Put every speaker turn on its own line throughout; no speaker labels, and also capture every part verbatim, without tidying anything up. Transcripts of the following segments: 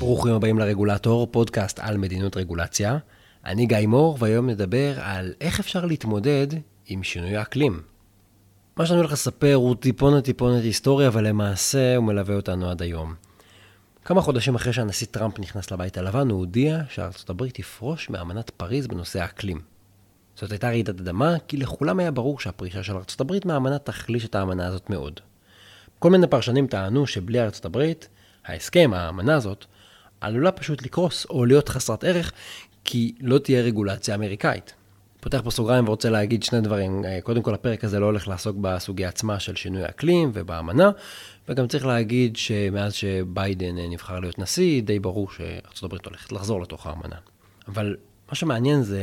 ברוכים הבאים לרגולטור, פודקאסט על מדיניות רגולציה. אני גיא מור, והיום נדבר על איך אפשר להתמודד עם שינוי האקלים. מה שאני הולך לספר הוא טיפונת טיפונת היסטוריה, אבל למעשה הוא מלווה אותנו עד היום. כמה חודשים אחרי שהנשיא טראמפ נכנס לבית הלבן, הוא הודיע שארצות הברית תפרוש מאמנת פריז בנושא האקלים. זאת הייתה רעידת אדמה, כי לכולם היה ברור שהפרישה של ארצות הברית מהאמנה תחליש את האמנה הזאת מאוד. כל מיני פרשנים טענו שבלי ארצות הברית, ההסכם, האמנה הזאת, עלולה פשוט לקרוס או להיות חסרת ערך, כי לא תהיה רגולציה אמריקאית. פותח פה סוגריים ורוצה להגיד שני דברים. קודם כל, הפרק הזה לא הולך לעסוק בסוגיה עצמה של שינוי האקלים ובאמנה, וגם צריך להגיד שמאז שביידן נבחר להיות נשיא, די ברור שארצות הברית הולכת לחזור לתוך האמנה. אבל מה שמעניין זה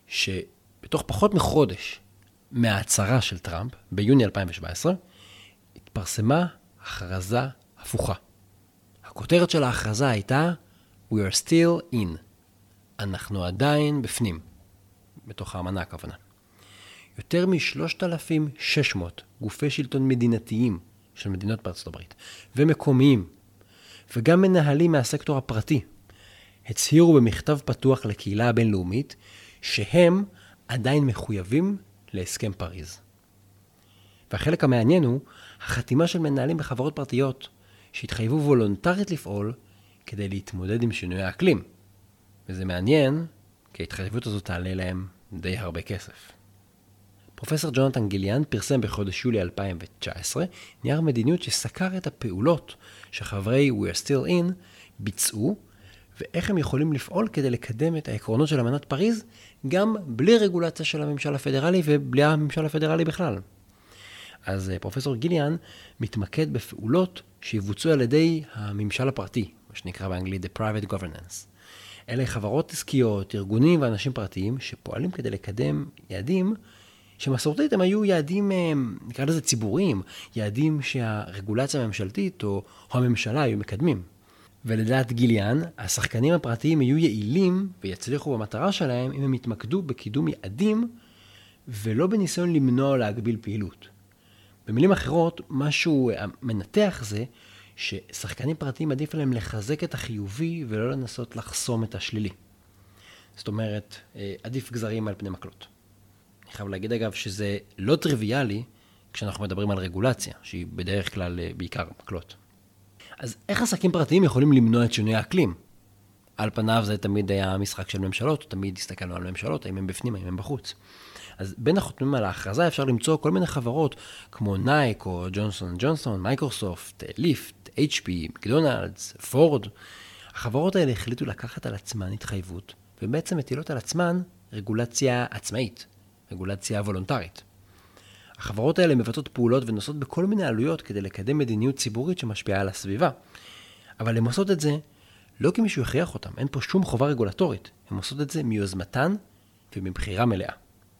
שבתוך פחות מחודש מההצהרה של טראמפ, ביוני אלפיים שבע עשרה, התפרסמה הכרזה הפוכה. הכותרת של ההכרזה הייתה We are still in. אנחנו עדיין בפנים. בתוך האמנה הכוונה. יותר מ-שלושת אלפים ושש מאות גופי שלטון מדינתיים של מדינות בארצות הברית, ומקומיים, וגם מנהלים מהסקטור הפרטי, הצהירו במכתב פתוח לקהילה הבינלאומית, שהם עדיין מחויבים להסכם פריז. והחלק המעניין הוא החתימה של מנהלים בחברות פרטיות, שהתחייבו וולונטרית לפעול כדי להתמודד עם שינוי האקלים. וזה מעניין, כי ההתחייבות הזאת תעלה להם די הרבה כסף. פרופסור ג'ונתן גיליאן פרסם בחודש יולי אלפיים תשע עשרה נייר מדיניות שסקר את הפעולות שחברי We are still in ביצעו, ואיך הם יכולים לפעול כדי לקדם את העקרונות של אמנת פריז, גם בלי רגולציה של הממשל הפדרלי ובלי הממשל הפדרלי בכלל. אז פרופסור גיליאן מתמקד בפעולות שיבוצעו על ידי הממשל הפרטי, מה שנקרא באנגלית The Private Governance. אלה חברות עסקיות, ארגונים ואנשים פרטיים שפועלים כדי לקדם יעדים שמסורתית הם היו יעדים, נקרא לזה ציבוריים, יעדים שהרגולציה הממשלתית או הממשלה היו מקדמים. ולדעת גיליאן, השחקנים הפרטיים יהיו יעילים ויצליחו במטרה שלהם אם הם יתמקדו בקידום יעדים ולא בניסיון למנוע או להגביל פעילות. במילים אחרות, משהו מנתח זה ששחקנים פרטיים עדיף להם לחזק את החיובי ולא לנסות לחסום את השלילי. זאת אומרת, עדיף גזרים על פני מקלות. אני חייב להגיד אגב שזה לא טריוויאלי כשאנחנו מדברים על רגולציה, שהיא בדרך כלל בעיקר מקלות. אז איך עסקים פרטיים יכולים למנוע את שינוי האקלים? על פניו זה תמיד היה משחק של ממשלות, תמיד הסתכלנו על ממשלות, האם הם בפנים, האם הם בחוץ. אז בין החותמים על ההכרזה אפשר למצוא כל מיני חברות כמו נייק או ג'ונסון ג'ונסון, מייקרוסופט, ליפט, אייץ' פי, מקדונלדס, פורד. החברות האלה החליטו לקחת על עצמן התחייבות, ובעצם מטילות על עצמן רגולציה עצמאית, רגולציה וולונטרית. החברות האלה מבצעות פעולות ונושאות בכל מיני עלויות כדי לקדם מדיניות ציבורית שמשפיעה על הסביבה. אבל הן עושות את זה לא כי מישהו הכריח אותם, אין פה שום חובה רגולטורית. הן עושות את זה מיוזמתן ומבחירה מלאה.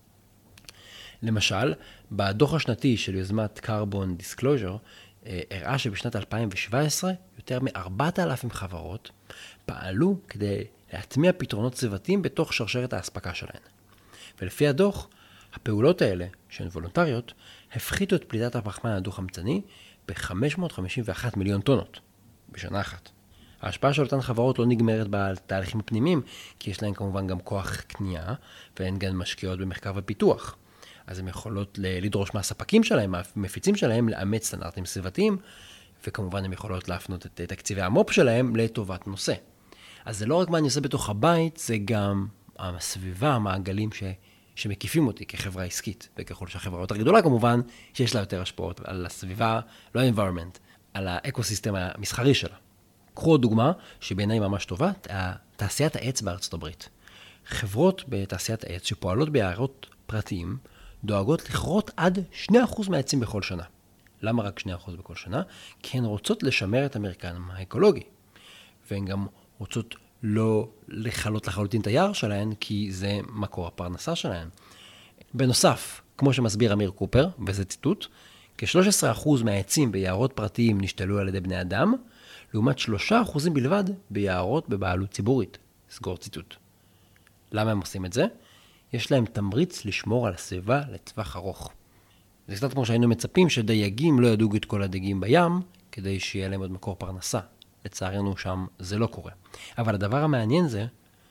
למשל, בדוח השנתי של יוזמת Carbon Disclosure, הראה שבשנת אלפיים שבע עשרה יותר מ-ארבעת אלפים חברות פעלו כדי להטמיע פתרונות סביבתיים בתוך שרשרת האספקה שלהן. ולפי הדוח, הפעולות האלה, שהן וולונטריות, הפחיתו את פליטת הפחמן הדו-חמצני ב-חמש מאות חמישים ואחת מיליון טונות בשנה אחת. ההשפעה של אותן חברות לא נגמרת בתהליכים הפנימיים, כי יש להן כמובן גם כוח קנייה, והן גם משקיעות במחקר ופיתוח. אז הן יכולות לדרוש מהספקים שלהם, מהמפיצים שלהם, לאמץ סטנדרטים סביבתיים, וכמובן הן יכולות להפנות את תקציבי המופ שלהם לטובת נושא. אז זה לא רק מה אני עושה בתוך הבית, זה גם הסביבה, המעגלים ש... שמקיפים אותי כחברה עסקית, וככל שהחברה יותר גדולה כמובן, שיש לה יותר השפעות על הסביבה, לא ה-environment, על האקוסיסטם המסחרי שלה. קחו עוד דוגמה, שבעיניי ממש טובה, תעשיית העץ בארצות הברית. חברות בתעשיית העץ שפועלות ביערות פרטיים, דואגות לכרות עד שני אחוז מהעצים בכל שנה. למה רק שני אחוז בכל שנה? כי הן רוצות לשמר את המרקם האקולוגי. והן גם רוצות לא לחלות לחלוטין את היער שלהן, כי זה מקור הפרנסה שלהן. בנוסף, כמו שמסביר אמיר קופר, וזה ציטוט, כ-שלושה עשר אחוז מהעצים ביערות פרטיים נשתלו על ידי בני אדם, לעומת שלושה אחוז בלבד ביערות בבעלות ציבורית. סגור ציטוט. למה הם עושים את זה? יש להם תמריץ לשמור על הסביבה לטווח ארוך. זה קצת כמו שהיינו מצפים שדייגים לא ידוגו את כל הדגים בים, כדי שיהיה להם עוד מקור פרנסה לצערנו שם זה לא קורה. אבל הדבר המעניין זה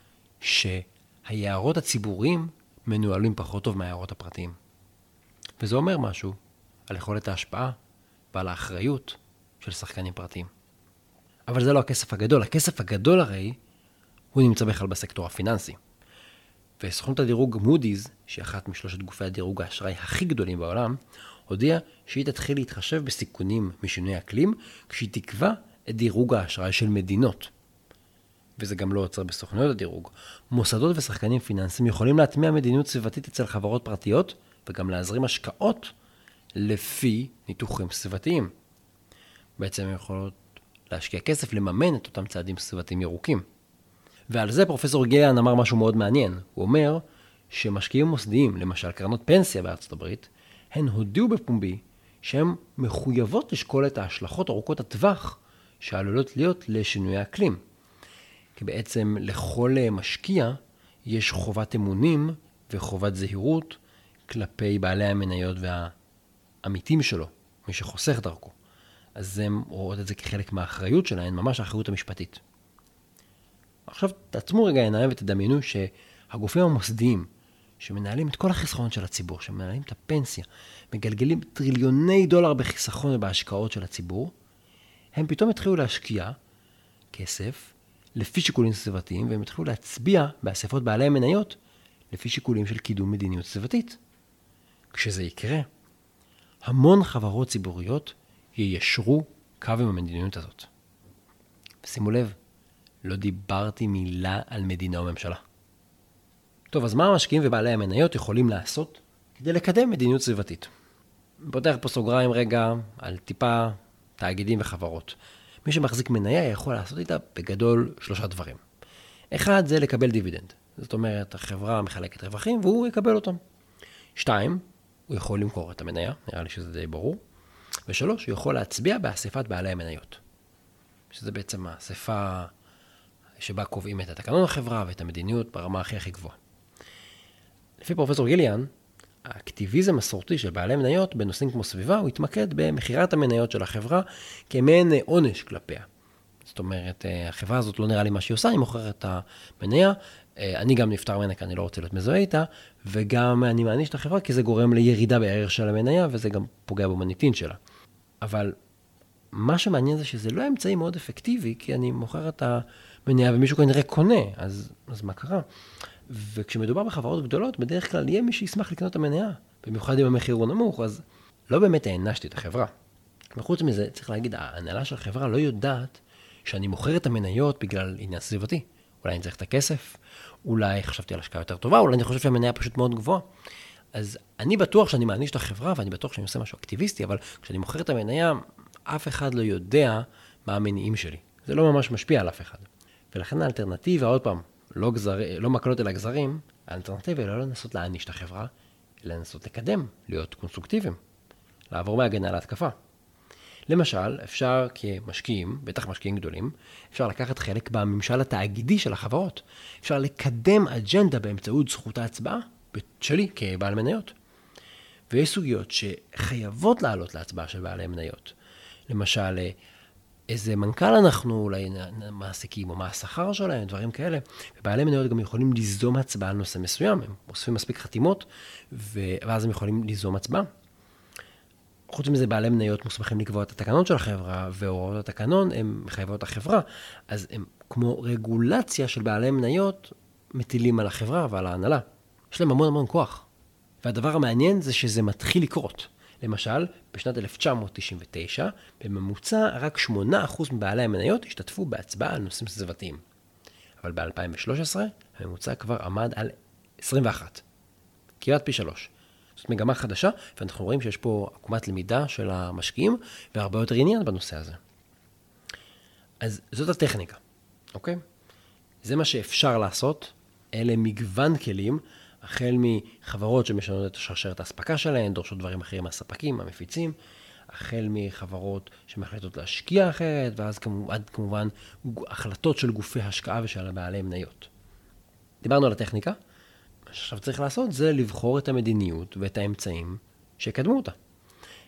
שהיערות הציבוריים מנוהלים פחות טוב מהיערות הפרטיים. וזה אומר משהו על יכולת ההשפעה ועל האחריות של שחקנים פרטיים. אבל זה לא הכסף הגדול. הכסף הגדול הרי הוא נמצא בכלל בסקטור הפיננסי. וסוכנות הדירוג מודי'ס, שהיא אחת משלושת גופי הדירוג האשראי הכי גדולים בעולם, הודיעה שהיא תתחיל להתחשב בסיכונים משינוי אקלים, כשהיא תקבע את דירוג האשראי של מדינות. וזה גם לא עוצר בסוכנויות הדירוג. מוסדות ושחקנים פיננסיים יכולים להטמיע מדיניות סביבתית אצל חברות פרטיות, וגם להזרים השקעות לפי ניתוחים סביבתיים. בעצם הם יכולות להשקיע כסף, לממן את אותם צעדים סביבתיים ירוקים. ועל זה פרופסור גיליאן אמר משהו מאוד מעניין. הוא אומר שמשקיעים מוסדיים, למשל קרנות פנסיה בארצות הברית, הן הודיעו בפומבי שהן מחויבות לשקול את ההשלכות ארוכות הטווח שעלולות להיות לשינוי אקלים. כי בעצם לכל משקיע יש חובת אמונים וחובת זהירות כלפי בעלי המניות והעמיתים שלו, מי שחוסך דרכו. אז הם רואות את זה כחלק מהאחריות שלהן, ממש האחריות המשפטית. עכשיו תעצמו רגע עיניים ותדמיינו שהגופים המוסדיים שמנהלים את כל החסכונות של הציבור, שמנהלים את הפנסיה, מגלגלים טריליוני דולר בחיסכון ובהשקעות של הציבור, הם פתאום התחילו להשקיע כסף לפי שיקולים סביבתיים, והם התחילו להצביע באספות בעלי המניות לפי שיקולים של קידום מדיניות סביבתית. כשזה יקרה, המון חברות ציבוריות יישרו קו עם המדיניות הזאת. ושימו לב, לא דיברתי מילה על מדינה או ממשלה. טוב, אז מה המשקיעים ובעלי המניות יכולים לעשות כדי לקדם מדיניות סביבתית? פותח פה סוגריים רגע על טיפה תאגידים וחברות. מי שמחזיק מניה יכול לעשות איתה בגדול שלושה דברים. אחד זה לקבל דיבידנד. זאת אומרת, החברה מחלקת רווחים והוא יקבל אותם. שתיים, הוא יכול למכור את המניה, נראה לי שזה די ברור. ושלוש, הוא יכול להצביע באספת בעלי המניות. שזה בעצם האספה שבה קובעים את התקנון החברה ואת המדיניות ברמה הכי הכי גבוהה. לפי פרופסור גיליאן, האקטיביזם המסורתי של בעלי מניות בנושאים כמו סביבה, הוא התמקד במחירת המניות של החברה כמעין עונש כלפיה. זאת אומרת, החברה הזאת לא נראה לי מה שהיא עושה, היא מוכרת את המניה, אני גם נפטר ממנה כי אני לא רוצה להיות מזוהה איתה, וגם אני מעניש את החברה כי זה גורם לירידה בערך של המניה, וזה גם פוגע במוניטין שלה. אבל מה שמעניין זה שזה לא אמצעי מאוד אפקטיבי, כי אני מוכר את המניה ומישהו כנראה קונה, אז, אז מה קרה? וכשמדובר בחברות גדולות, בדרך כלל יהיה מי שישמח לקנות את המניה, במיוחד אם המחיר הוא נמוך, אז לא באמת הענשתי את החברה. וחוץ מזה, צריך להגיד, ההנהלה של החברה לא יודעת שאני מוכר את המניות בגלל עניין סביבתי. אולי אני צריך את הכסף, אולי חשבתי על השקעה יותר טובה, אולי אני חושב שהמניה פשוט מאוד גבוהה. אז אני בטוח שאני מעניש את החברה, ואני בטוח שאני עושה משהו אקטיביסטי, אבל כשאני מוכר את המניה, אף אחד לא יודע מה המניעים שלי. זה לא ממש משפיע על אף אחד. ולכן האלטרנטיבה, עוד פעם, לא, גזר, לא מקלות אלא גזרים, האלטרנטיבה היא לא לנסות להעניש את החברה, אלא לנסות לקדם, להיות קונסטרוקטיביים, לעבור מהגנה להתקפה. למשל, אפשר כמשקיעים, בטח משקיעים גדולים, אפשר לקחת חלק בממשל התאגידי של החברות. אפשר לקדם אג'נדה באמצעות זכות ההצבעה שלי כבעל מניות. ויש סוגיות שחייבות לעלות להצבעה של בעלי מניות. למשל, איזה מנכ"ל אנחנו אולי מעסיקים, או מה השכר שלהם, דברים כאלה. ובעלי מניות גם יכולים ליזום הצבעה על נושא מסוים. הם אוספים מספיק חתימות, ואז הם יכולים ליזום הצבעה. חוץ מזה, בעלי מניות מוסמכים לקבוע את התקנון של החברה, והוראות התקנון הם מחייבות את החברה. אז הם כמו רגולציה של בעלי מניות מטילים על החברה ועל ההנהלה. יש להם המון המון כוח. והדבר המעניין זה שזה מתחיל לקרות. למשל, בשנת אלף תשע מאות תשעים ותשע, בממוצע רק שמונה אחוז מבעלי המניות השתתפו בהצבעה על נושאים סביבתיים. אבל ב-אלפיים ושלוש עשרה, הממוצע כבר עמד על עשרים ואחת. כמעט פי שלוש. זאת מגמה חדשה, ואנחנו רואים שיש פה עקומת למידה של המשקיעים, והרבה יותר עניין בנושא הזה. אז זאת הטכניקה, אוקיי? זה מה שאפשר לעשות, אלה מגוון כלים, החל מחברות שמשנות את שרשרת ההספקה שלהן, דורשות דברים אחרים מהספקים, המפיצים, החל מחברות שמחליטות להשקיע אחרת, ואז עד כמובן החלטות של גופי השקעה ושל בעלי מניות. דיברנו על הטכניקה, מה שעכשיו צריך לעשות זה לבחור את המדיניות ואת האמצעים שיקדמו אותה.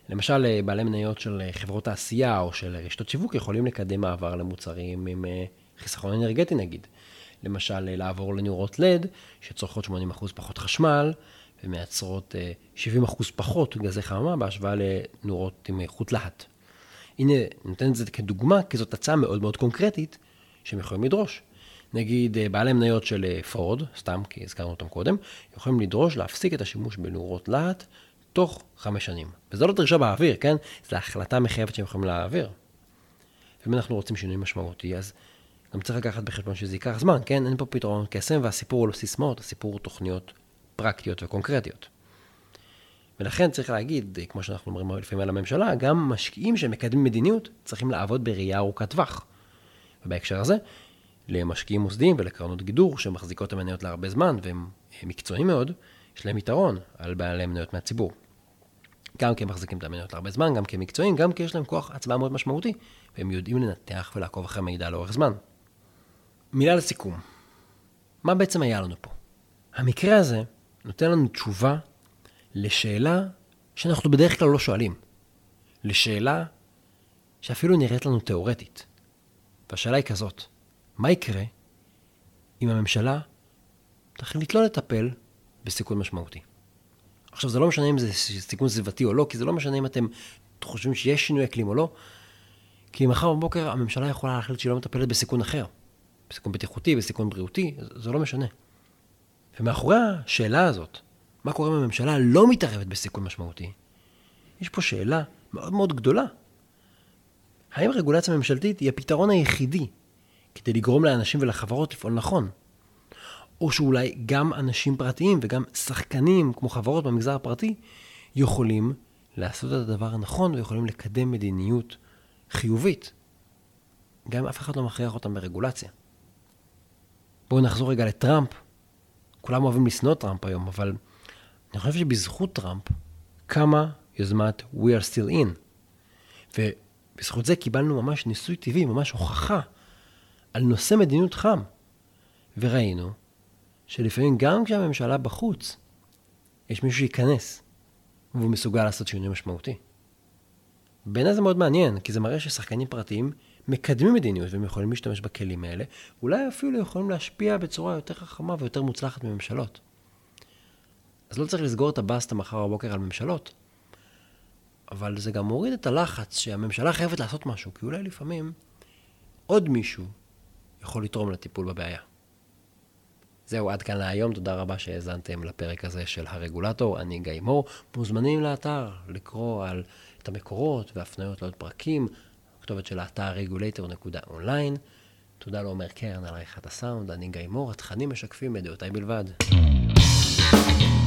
למשל, בעלי מניות של חברות תעשייה או של רשתות שיווק יכולים לקדם מעבר למוצרים עם חיסכון אנרגטי נגיד. למשל, לעבור לנורות לד שצורכות שמונים אחוז פחות חשמל ומייצרות שבעים אחוז פחות גזי חממה בהשוואה לנורות עם איכות להט. הנה, נותן את זה כדוגמה, כי זאת הצעה מאוד מאוד קונקרטית שהם יכולים לדרוש. נגיד, בעלי מניות של פורד, סתם כי הזכרנו אותם קודם, יכולים לדרוש להפסיק את השימוש בנורות להט תוך חמש שנים. וזו לא דרישה באוויר, כן? זו החלטה מחייבת שהם יכולים להעביר. ואם אנחנו רוצים שינוי משמעותי, אז גם צריך לקחת בחשבון שזה ייקח זמן, כן? אין פה פתרון קסם, והסיפור הוא לא סיסמאות, הסיפור הוא תוכניות פרקטיות וקונקרטיות. ולכן צריך להגיד, כמו שאנחנו אומרים לפעמים על הממשלה, גם משקיעים שמקדמים מדיניות צריכים לעבוד בראייה ארוכת טווח. ובהקשר הזה, למשקיעים מוסדיים ולקרנות גידור שמחזיקות המניות להרבה זמן והם מקצועיים מאוד, יש להם יתרון על בעלי מניות מהציבור. גם כי הם מחזיקים את המניות להרבה זמן, גם כי הם מקצועיים, גם כי יש להם כוח הצבעה מאוד משמעותי, והם יודעים לנתח ולעקוב אחרי מידע לאורך זמן. מילה לסיכום. מה בעצם היה לנו פה? המקרה הזה נותן לנו תשובה לשאלה שאנחנו בדרך כלל לא שואלים. לשאלה שאפילו נראית לנו תיאורטית. והשאלה היא כזאת, מה יקרה אם הממשלה תחליט לא לטפל בסיכון משמעותי? עכשיו, זה לא משנה אם זה סיכון סביבתי או לא, כי זה לא משנה אם אתם חושבים שיש שינוי אקלים או לא, כי מחר בבוקר הממשלה יכולה להחליט שהיא לא מטפלת בסיכון אחר, בסיכון בטיחותי, בסיכון בריאותי, זה לא משנה. ומאחורי השאלה הזאת, מה קורה אם הממשלה לא מתערבת בסיכון משמעותי? יש פה שאלה מאוד מאוד גדולה. האם רגולציה ממשלתית היא הפתרון היחידי כדי לגרום לאנשים ולחברות לפעול נכון? או שאולי גם אנשים פרטיים וגם שחקנים כמו חברות במגזר הפרטי יכולים לעשות את הדבר הנכון ויכולים לקדם מדיניות חיובית, גם אם אף אחד לא מכריח אותם ברגולציה. בואו נחזור רגע לטראמפ. כולם אוהבים לשנוא טראמפ היום, אבל אני חושב שבזכות טראמפ קמה יוזמת We are still in. ובזכות זה קיבלנו ממש ניסוי טבעי, ממש הוכחה על נושא מדיניות חם. וראינו שלפעמים גם כשהממשלה בחוץ, יש מישהו שייכנס, והוא מסוגל לעשות שינוי משמעותי. בעיניי זה מאוד מעניין, כי זה מראה ששחקנים פרטיים מקדמים מדיניות, והם יכולים להשתמש בכלים האלה, אולי אפילו יכולים להשפיע בצורה יותר חכמה ויותר מוצלחת מממשלות. אז לא צריך לסגור את הבסטה מחר בבוקר על ממשלות, אבל זה גם מוריד את הלחץ שהממשלה חייבת לעשות משהו, כי אולי לפעמים עוד מישהו יכול לתרום לטיפול בבעיה. זהו, עד כאן להיום. תודה רבה שהאזנתם לפרק הזה של הרגולטור. אני גיא מור. מוזמנים לאתר לקרוא על את המקורות והפניות לעוד פרקים. הכתובת של האתר רגולטור נקודה אונליין. תודה לעומר קרן על עריכת הסאונד. אני גיא מור. התכנים משקפים את דעותיי בלבד.